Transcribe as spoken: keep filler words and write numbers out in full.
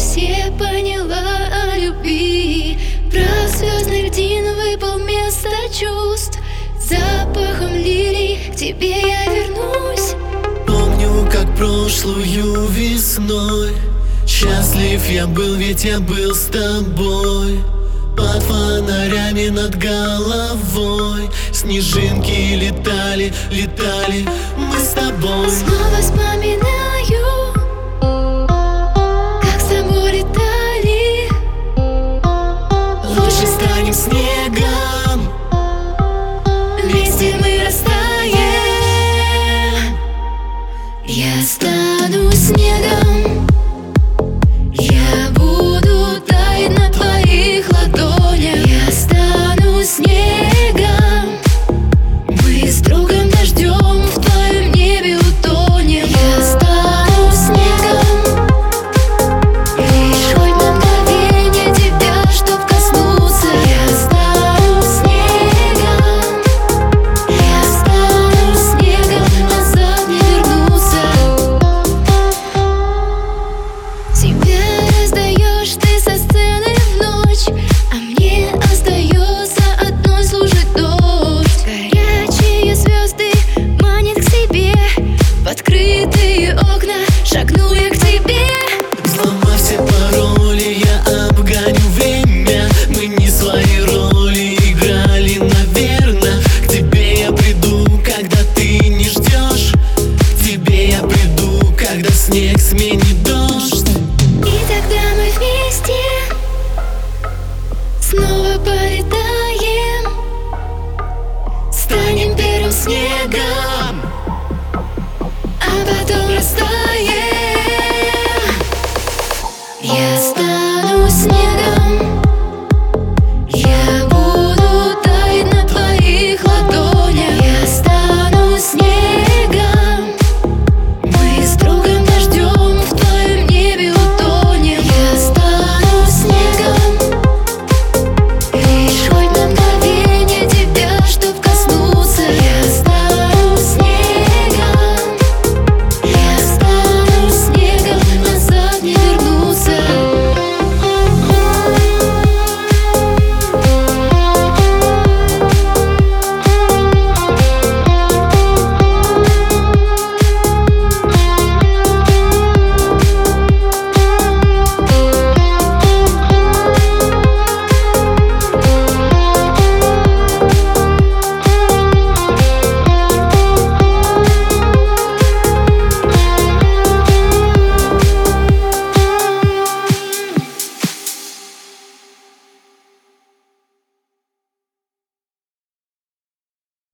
все поняла о любви. Прах звездных дин выпал вместо чувств. Запахом лилий к тебе я вернусь. Помню, как прошлую весной счастлив я был, ведь я был с тобой. Под фонарями над головой снежинки летали, летали мы с тобой. Снова вспоминаю, как с тобой летали. Лучше станем снегом, Вместе мы растаем. Я стану снегом.